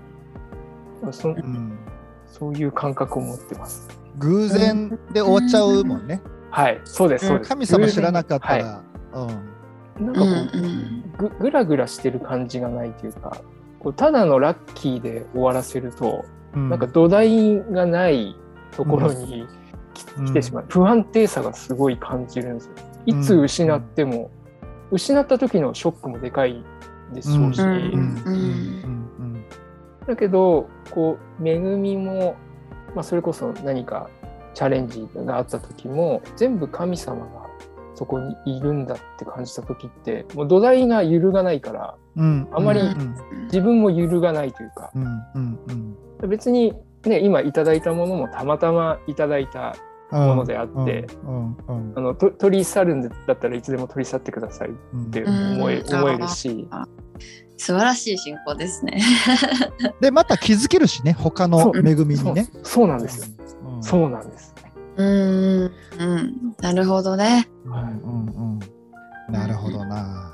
S3: そういう感覚を持ってます。
S2: 偶然で終わっちゃうもんね。
S3: はい、そうです、そうです。
S2: 神様知らなかったら、
S3: なんかこう、ぐらぐらしてる感じがないというか、ただのラッキーで終わらせると、なんか土台がないところに来てしまう、不安定さがすごい感じるんですよ。いつ失っても、失った時のショックもでかいでしょうし、だけどこう恵みも、それこそ何かチャレンジがあった時も全部神様がそこにいるんだって感じた時って、もう土台が揺るがないから、あまり自分も揺るがないというか、別にね、今いただいたものもたまたまいただいたものであって、取り去るんだったらいつでも取り去ってくださいって思えるし、
S1: 素晴らしい信仰ですね。
S2: でまた気づけるしね、他の恵みにね。
S3: そうなんですよ。そうなんです。
S1: なるほどね。
S2: なるほどな。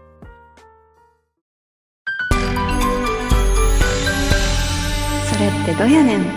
S1: それってどやねん。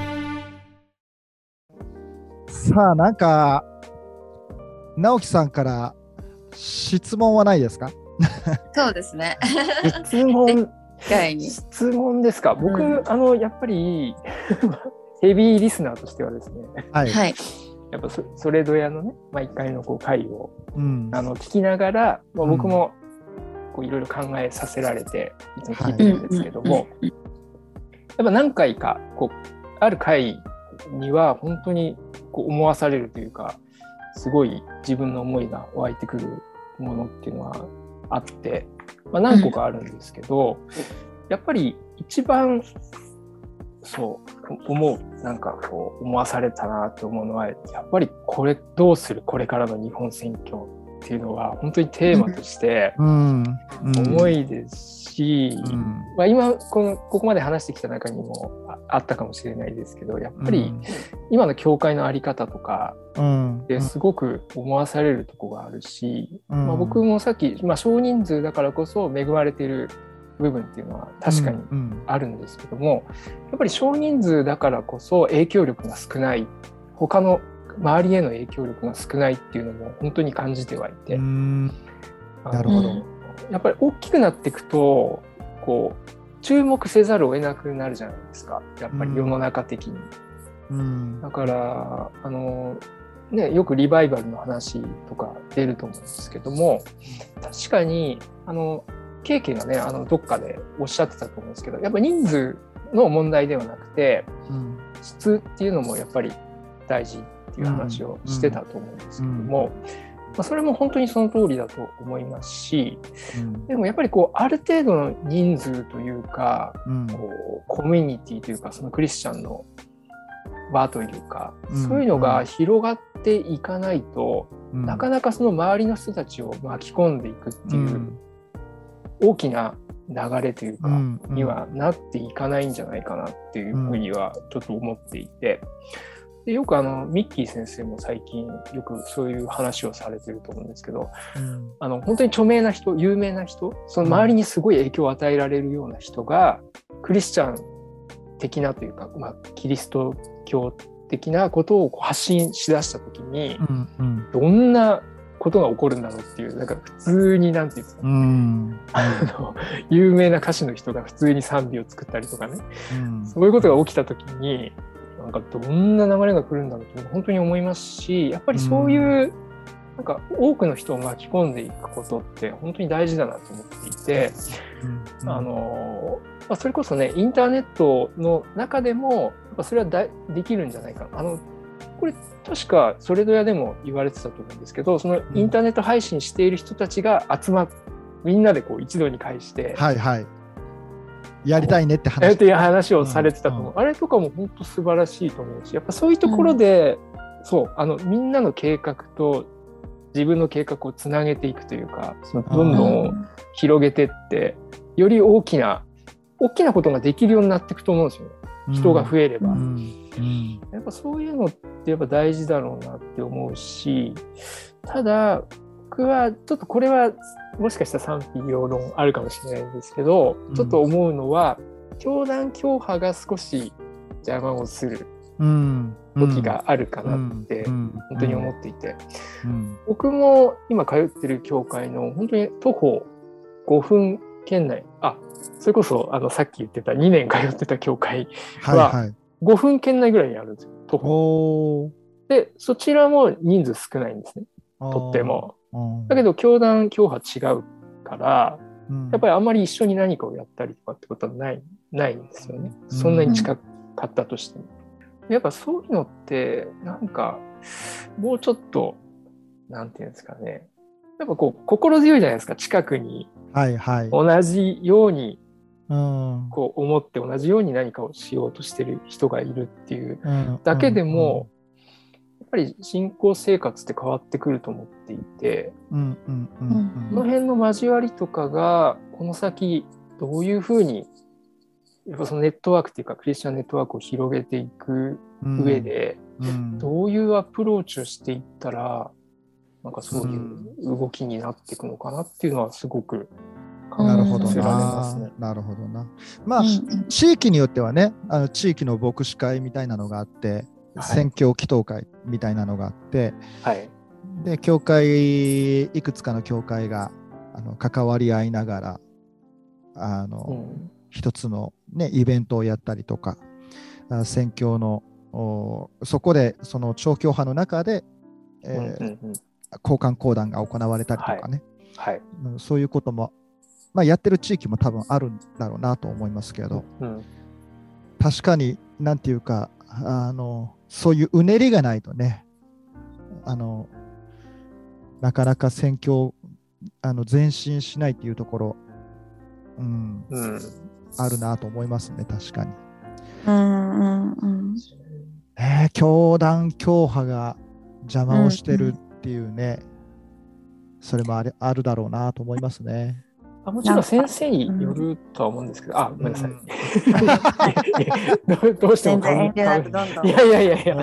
S2: さあ、なんか直樹さんから質問はないですか？
S1: そうですね。
S3: 質問ですか。僕、やっぱりヘビーリスナーとしてはですね、やっぱそれどやのね、毎回の回を、聞きながら、僕もいろいろ考えさせられていつも聞いてるんですけども、やっぱ何回かある回には本当に思わされるというか、すごい自分の思いが湧いてくるものっていうのはあって、何個かあるんですけど、やっぱり一番そう思わされたなと思うのは、やっぱりこれどうするこれからの日本選挙っていうのは本当にテーマとして重いですし、今ここまで話してきた中にもあったかもしれないですけど、やっぱり今の教会の在り方とかですごく思わされるところがあるし、僕もさっき、少人数だからこそ恵まれている部分っていうのは確かにあるんですけども、やっぱり少人数だからこそ影響力が少ない、他の周りへの影響力が少ないっていうのも本当に感じてはいて、
S2: なるほど。
S3: やっぱり大きくなっていくと注目せざるを得なくなるじゃないですか、やっぱり世の中的に。だからよくリバイバルの話とか出ると思うんですけども、確かにケイケがねどっかでおっしゃってたと思うんですけど、やっぱ人数の問題ではなくて、質っていうのもやっぱり大事っていう話をしてたと思うんですけども、それも本当にその通りだと思いますし、でもやっぱりある程度の人数というか、コミュニティというか、そのクリスチャンの輪というか、そういうのが広がっていかないと、なかなかその周りの人たちを巻き込んでいくっていう大きな流れというかにはなっていかないんじゃないかなっていうふうにはちょっと思っていて、でよくミッキー先生も最近よくそういう話をされてると思うんですけど、本当に著名な人、有名な人、その周りにすごい影響を与えられるような人がクリスチャン的なというか、キリスト教的なことを発信しだした時に、どんなことが起こるんだろうっていう、なんか普通になんていうんですか、有名な歌手の人が普通に賛美を作ったりとかね、そういうことが起きた時になんかどんな流れが来るんだろうと本当に思いますし、やっぱりそういう、 なんか多くの人を巻き込んでいくことって本当に大事だなと思っていて、それこそねインターネットの中でもやっぱそれはできるんじゃないかな。これ確かそれどやでも言われてたと思うんですけど、そのインターネット配信している人たちが集まってみんなでこう一堂に会して、
S2: はいはい、やりたいねって
S3: 話をされてたと思う、あれとかも本当素晴らしいと思うし、やっぱそういうところで、そうみんなの計画と自分の計画をつなげていくというか、そのどんどん広げてってより大きなことができるようになっていくと思うんですよね、人が増えれば、やっぱそういうのってやっぱ大事だろうなって思うし、ただ僕はちょっとこれはもしかしたら賛否両論あるかもしれないんですけど、ちょっと思うのは教団教派が少し邪魔をする時があるかなって本当に思っていて、僕も今通ってる教会の本当に徒歩5分圏内、それこそさっき言ってた2年通ってた教会は5分圏内ぐらいにあるんですよ、徒歩で。そちらも人数少ないんですね、とっても。だけど教団教派違うから、やっぱりあんまり一緒に何かをやったりとかってことはないんですよね、そんなに近かったとしても。やっぱそういうのってなんかもうちょっとなんていうんですかね、やっぱこう心強いじゃないですか、近くに同じようにこう思って同じように何かをしようとしてる人がいるっていうだけでもやっぱり信仰生活って変わってくると思っていて、この辺の交わりとかがこの先どういうふうにやっぱそのネットワークっていうかクリスチャンネットワークを広げていく上で、どういうアプローチをしていったらなんかそういう動きになっていくのかなっていうのはすごく考えさせられますね。
S2: なるほどな。まあ、地域によってはね、地域の牧師会みたいなのがあって、宣教祈祷会みたいなのがあって、で教会いくつかの教会が関わり合いながら一つの、ね、イベントをやったりとか、宣教のそこでその超教派の中で、交換講談が行われたりとかね、そういうことも、やってる地域も多分あるんだろうなと思いますけど、確かになんていうかそういううねりがないとね、なかなか宣教前進しないっていうところ、あるなと思いますね、確かに。教団教派が邪魔をしてるっていうね、それもあるだろうなと思いますね。
S3: もちろん先生によるとは思うんですけど、ごめんなさい。どうしても
S1: 全然遠慮なくどんどん。
S3: いや。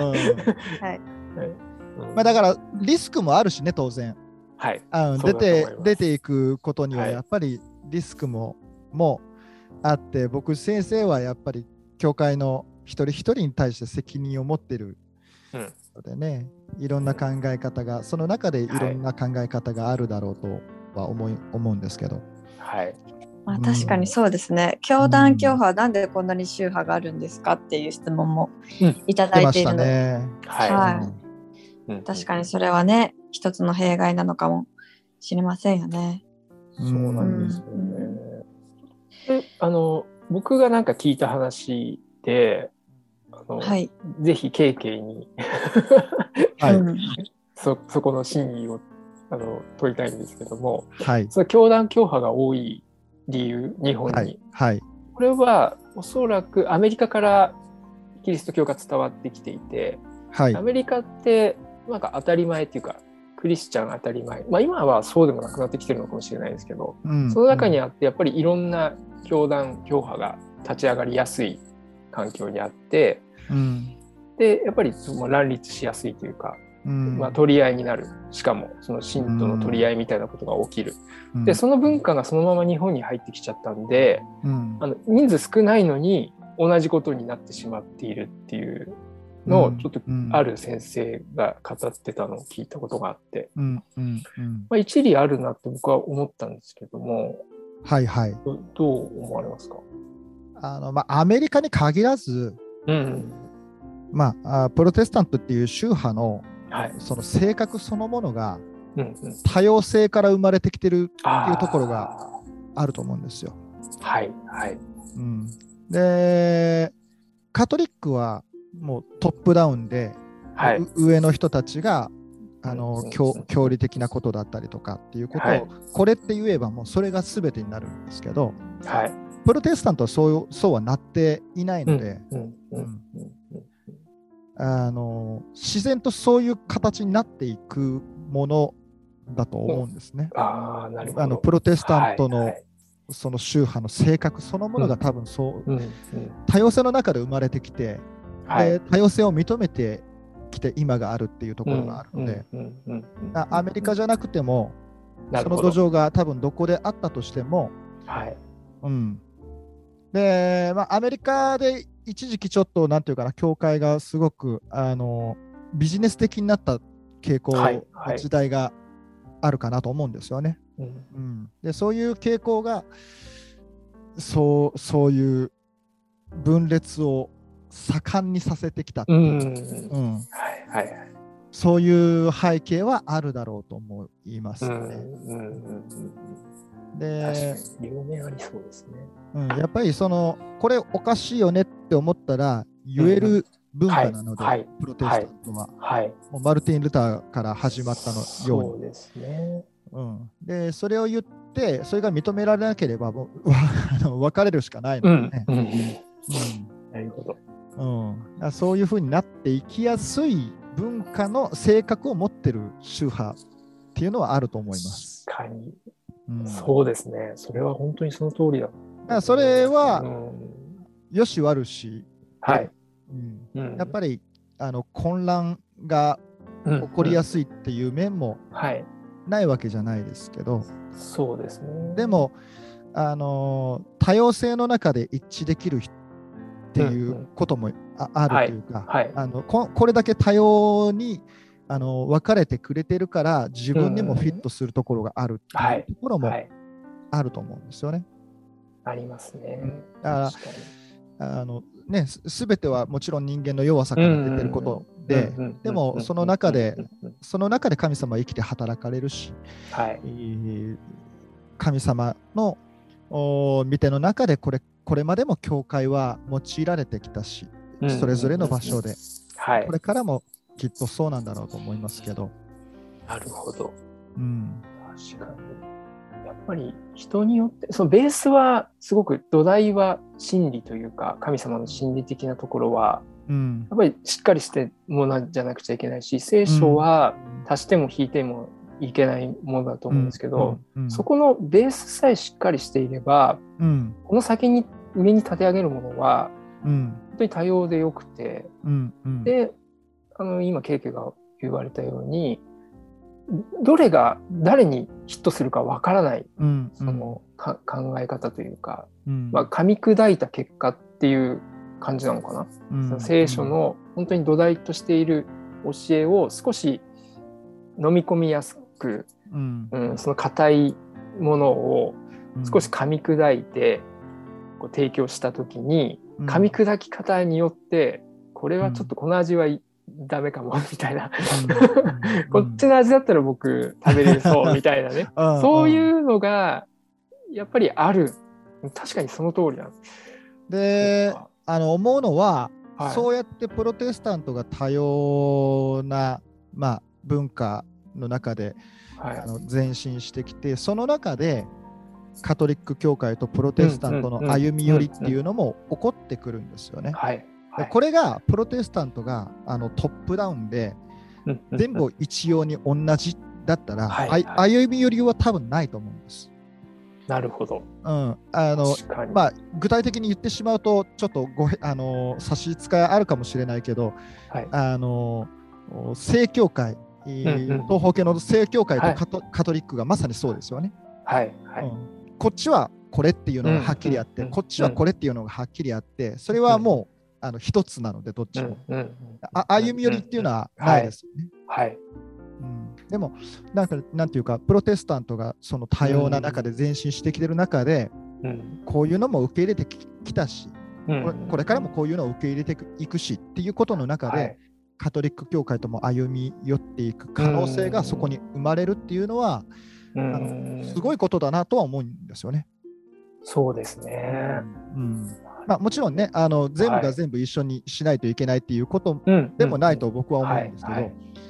S2: だからリスクもあるしね、当然。出ていくことにはやっぱりリスクもあって、僕先生はやっぱり教会の一人一人に対して責任を持ってるのでね、いろんな考え方がその中でいろんな考え方があるだろうとは思うんですけど。
S1: 確かにそうですね。教団教派はなんでこんなに宗派があるんですかっていう質問もいただいているので、確かにそれはね、一つの弊害なのかもしれませんよね。
S3: そうなんですよね。僕がなんか聞いた話で、ぜひケイケイにそこの真意を問いたいんですけども、その教団教派が多い理由、日本に、これはおそらくアメリカからキリスト教が伝わってきていて、アメリカってなんか当たり前っていうかクリスチャン当たり前、今はそうでもなくなってきてるのかもしれないですけど、その中にあってやっぱりいろんな教団教派が立ち上がりやすい環境にあって、でやっぱり乱立しやすいというか、取り合いになる、しかもその信徒の取り合いみたいなことが起きる、でその文化がそのまま日本に入ってきちゃったんで、人数少ないのに同じことになってしまっているっていうのをちょっとある先生が語ってたのを聞いたことがあって、一理あるなって僕は思ったんですけども、どう思われますか？
S2: アメリカに限らず、プロテスタントっていう宗派のその性格そのものが多様性から生まれてきてるっていうところがあると思うんですよ。
S3: はいはい。
S2: でカトリックはもうトップダウンで、上の人たちが教理的なことだったりとかっていうことを、これって言えばもうそれが全てになるんですけど、プロテスタントはそうはなっていないので、自然とそういう形になっていくものだと思うんですね。プロテスタントのその宗派の性格そのものが多分多様性の中で生まれてきて、多様性を認めてきて今があるっていうところがあるので、アメリカじゃなくてもその土壌が多分どこであったとしても、でアメリカで一時期ちょっとなんていうかな、教会がすごくビジネス的になった傾向の時代があるかなと思うんですよね。でそういう傾向がそういう分裂を盛んにさせてきたっていう、そういう背景はあるだろうと思いますね。で、
S3: 両面ありそうですね。
S2: やっぱりこれおかしいよねって思ったら言える文化なので、プロテスタントは、もうマルティン・ルターから始まったのように。
S3: そうですね。
S2: でそれを言ってそれが認められなければもう別れるしかないのでね。
S3: なるほど。
S2: そういうふうになっていきやすい文化の性格を持ってる宗派っていうのはあると思います。
S3: 確かに、そうですね。それは本当にその通りだ。
S2: それは、よし悪し、やっぱり混乱が起こりやすいっていう面もないわけじゃないですけど、
S3: そうですね。
S2: でも多様性の中で一致できるっていうこともあるというか、これだけ多様に分かれてくれてるから自分にもフィットするところがあるっていうところもあると思うんですよね。
S3: ありますね。
S2: だから全てはもちろん人間の弱さから出てることで、でもその中で神様は生きて働かれるし、神様の御手の中でこれまでも教会は用いられてきたし、それぞれの場所で、これからもきっとそうなんだろうと思いますけど。
S3: なるほど。確かに。やっぱり人によってそのベースはすごく土台は真理というか神様の真理的なところは、やっぱりしっかりしてものじゃなくちゃいけないし、聖書は足しても引いてもいけないものだと思うんですけど、そこのベースさえしっかりしていれば、この先に上に立て上げるものは、本当に多様でよくて、で今ケイケが言われたようにどれが誰にヒットするかわからない、その考え方というか、噛み砕いた結果っていう感じなのかな。その聖書の本当に土台としている教えを少し飲み込みやすく、その硬いものを少し噛み砕いてこう提供した時に、噛み砕き方によってこれはちょっとこの味はダメかもみたいな、こっちの味だったら僕食べれそうみたいなねそういうのがやっぱりある。確かにその通りなん
S2: で、思うのは、そうやってプロテスタントが多様な、文化の中で、前進してきて、その中でカトリック教会とプロテスタントの歩み寄りっていうのも起こってくるんですよね。これがプロテスタントがトップダウンで全部一様に同じだったら、歩み寄りは多分ないと思うんです。
S3: なるほど。
S2: 具体的に言ってしまうとちょっと差し支えあるかもしれないけど、正教会、東方系の正教会とカトリックがまさにそうですよね。こっちはこれっていうのがはっきりあって、こっちはこれっていうのがはっきりあって、それはもう一つなのでどっちも、歩み寄りっていうのはないですよね。でもなんていうか、プロテスタントがその多様な中で前進してきてる中で、こういうのも受け入れてきたし、これからもこういうのを受け入れていくしっていうことの中で、 カトリック教会とも歩み寄っていく可能性がそこに生まれるっていうのは、すごいことだなとは思うんですよね。
S3: そうですね。
S2: もちろんね、全部が全部一緒にしないといけないっていうことでもないと僕は思うんですけど。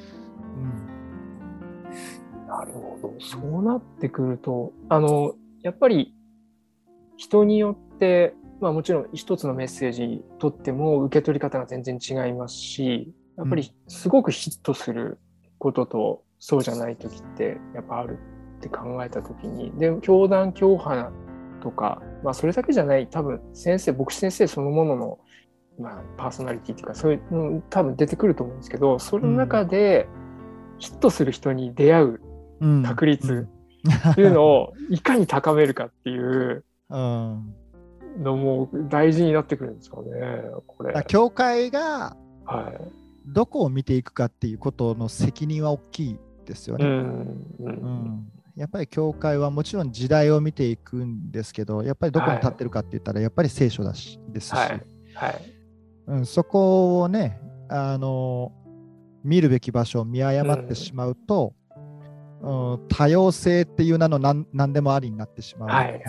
S3: なるほど。そうなってくると、やっぱり人によって、もちろん一つのメッセージにとっても受け取り方が全然違いますし、やっぱりすごくヒットすることとそうじゃない時ってやっぱあるって考えた時に、で教団教派とか、それだけじゃない、多分牧師先生そのものの、パーソナリティっていうか、そういうの多分出てくると思うんですけど、その中でヒットする人に出会う確率っていうのをいかに高めるかっていうのも大事になってくるんですかね、これ。
S2: 教会がどこを見ていくかっていうことの責任は大きいですよね。やっぱり教会はもちろん時代を見ていくんですけど、やっぱりどこに立ってるかって言ったらやっぱり聖書ですし、そこをね、見るべき場所を見誤ってしまうと、多様性っていう名の何でもありになってしまう。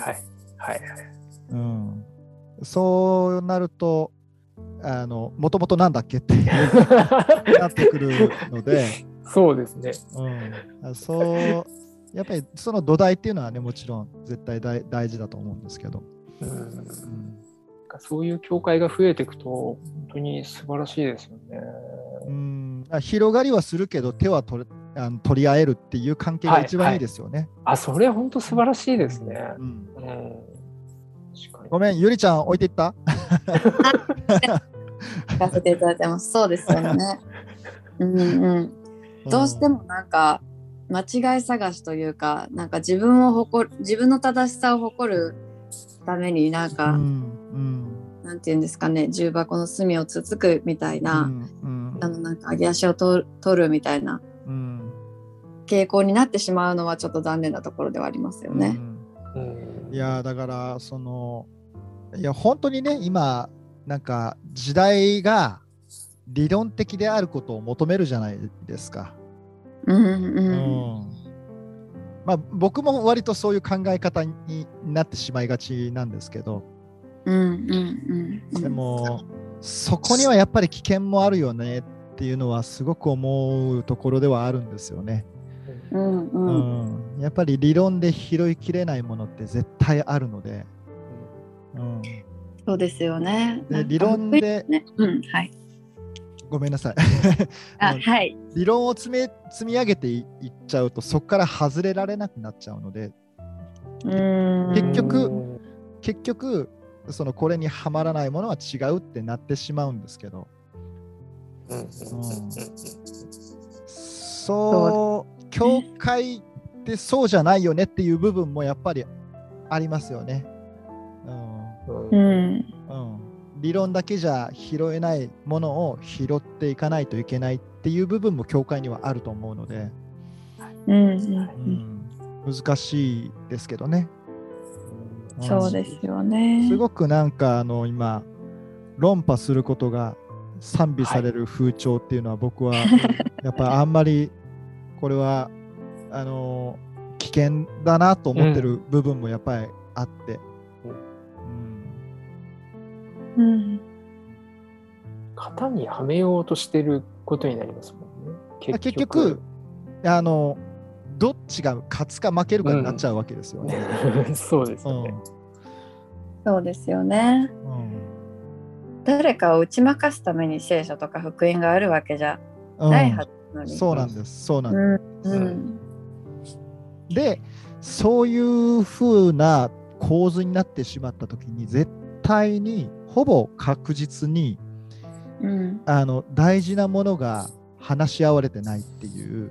S2: そうなるともともとなんだっけってなってくるので
S3: そうですね、
S2: やっぱりその土台っていうのはね、もちろん絶対大事だと思うんですけど、
S3: そういう教会が増えていくと本当に素晴らしいですよね。
S2: 広がりはするけど手は取り合えるっていう関係が一番いいですよね。
S3: それは本当素晴らしいですね。
S2: ごめん、ゆりちゃん置いていった
S1: 聞かせていただいてます。そうですよね。どうしてもなんか間違い探しというか、なんか自分の正しさを誇るためになんか、なんていうんですかね、重箱の隅をつつくみたいな、なんか上げ足を取るみたいな傾向になってしまうのはちょっと残念なところではありますよね。
S2: いやだから本当にね、今なんか時代が理論的であることを求めるじゃないですか。僕も割とそういう考え方になってしまいがちなんですけど、でもそこにはやっぱり危険もあるよねっていうのはすごく思うところではあるんですよね。やっぱり理論で拾いきれないものって絶対あるので、
S1: そうですよね。
S2: で理論で、ごめんなさい理論を積み上げていっちゃうとそこから外れられなくなっちゃうので、結局これにはまらないものは違うってなってしまうんですけど、教会ってそうじゃないよねっていう部分もやっぱりありますよね。理論だけじゃ拾えないものを拾っていかないといけないっていう部分も教会にはあると思うので、難しいですけどね。
S1: そうですよね。
S2: すごくなんか今論破することが賛美される風潮っていうのは僕はやっぱりあんまりこれは危険だなと思ってる部分もやっぱりあって、
S3: 型にはめようとしてることになりますもんね。
S2: 結局どっちが勝つか負けるかになっちゃうわけですよね。
S3: そうですよね。
S1: そうですよね。誰かを打ち負かすために聖書とか福音があるわけじゃないはずなのに。
S2: そうなんです。そうなんです。で、そういう風な構図になってしまったときに絶対にほぼ確実に、大事なものが話し合われてないっていう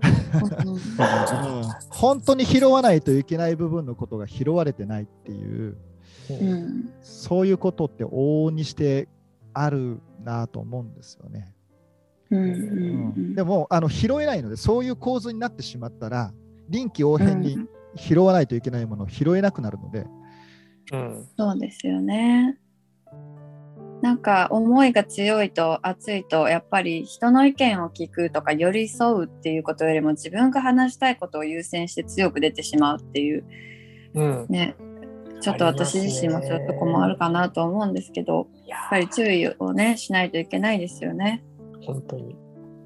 S2: 本当に拾わないといけない部分のことが拾われてないっていう、そういうことって往々にしてあるなと思うんですよね。でも拾えないので、そういう構図になってしまったら臨機応変に拾わないといけないものを拾えなくなるので、
S1: そうですよね。 なんか思いが強いと熱いとやっぱり人の意見を聞くとか寄り添うっていうことよりも自分が話したいことを優先して強く出てしまうっていう、ね、ちょっと私自身もそういうとこもあるかなと思うんですけど、やっぱり注意をねしないといけないですよね。
S3: 本当に。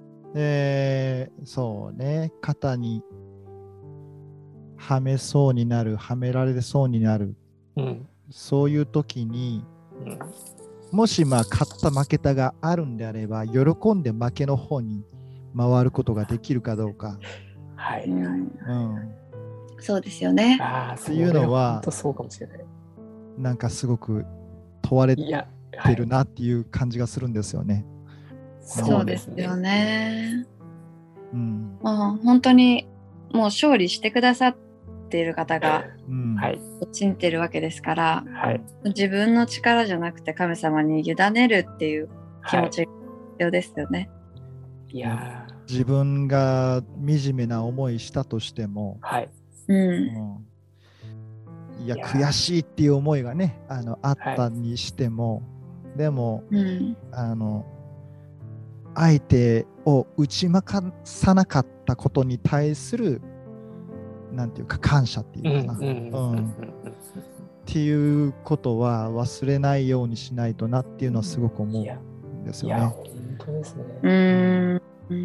S2: そうね、肩にはめそうになる、はめられそうになる、そういう時に、もし勝った負けたがあるんであれば、喜んで負けの方に回ることができるかどうか。
S1: そうですよね。
S2: っていうのは
S3: 本当そうかもしれない。
S2: なんかすごく問われてるなっていう感じがするんですよね。
S1: そうですよね。本当にもう勝利してくださっている方が信じてるわけですから、自分の力じゃなくて神様に委ねるっていう気持ちが必要ですよね。
S2: 自分が惨めな思いしたとしても、いや悔しいっていう思いがねあったにしても、でも、相手を打ち負かさなかったことに対するなんていうか感謝っていうかな、っていうことは忘れないようにしないとなっていうのはすごく思うんですよね。
S3: 本当ですね。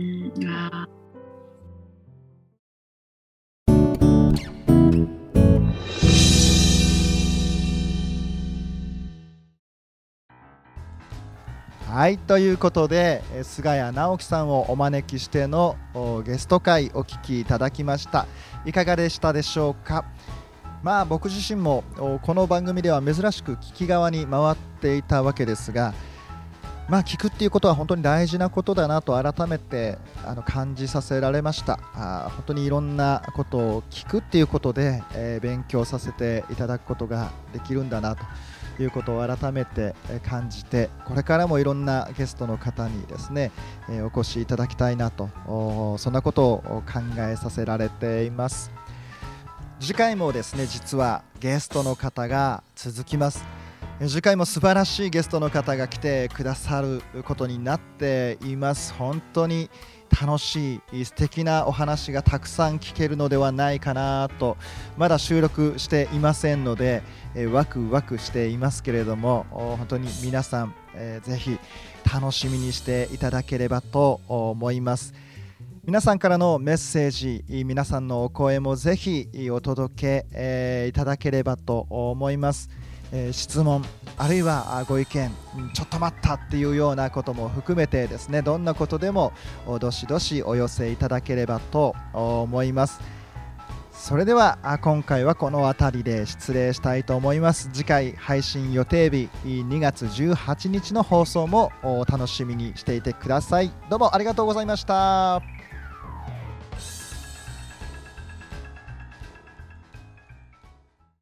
S2: はい、ということで菅谷直樹さんをお招きしてのゲスト会お聞きいただきました。いかがでしたでしょうか。僕自身もこの番組では珍しく聞き側に回っていたわけですが、聞くっていうことは本当に大事なことだなと改めて感じさせられました。本当にいろんなことを聞くっていうことで、勉強させていただくことができるんだなということを改めて感じて、これからもいろんなゲストの方にですね、お越しいただきたいなと、そんなことを考えさせられています。次回もですね、実はゲストの方が続きます。次回も素晴らしいゲストの方が来てくださることになっています。本当に楽しい素敵なお話がたくさん聞けるのではないかなと、まだ収録していませんのでワクワクしていますけれども、本当に皆さん、ぜひ楽しみにしていただければと思います。皆さんからのメッセージ、皆さんのお声もぜひお届け、いただければと思います。質問あるいはご意見、ちょっと待ったっていうようなことも含めてですね、どんなことでもどしどしお寄せいただければと思います。それでは今回はこの辺りで失礼したいと思います。次回配信予定日2月18日の放送もお楽しみにしていてください。どうもありがとうございました。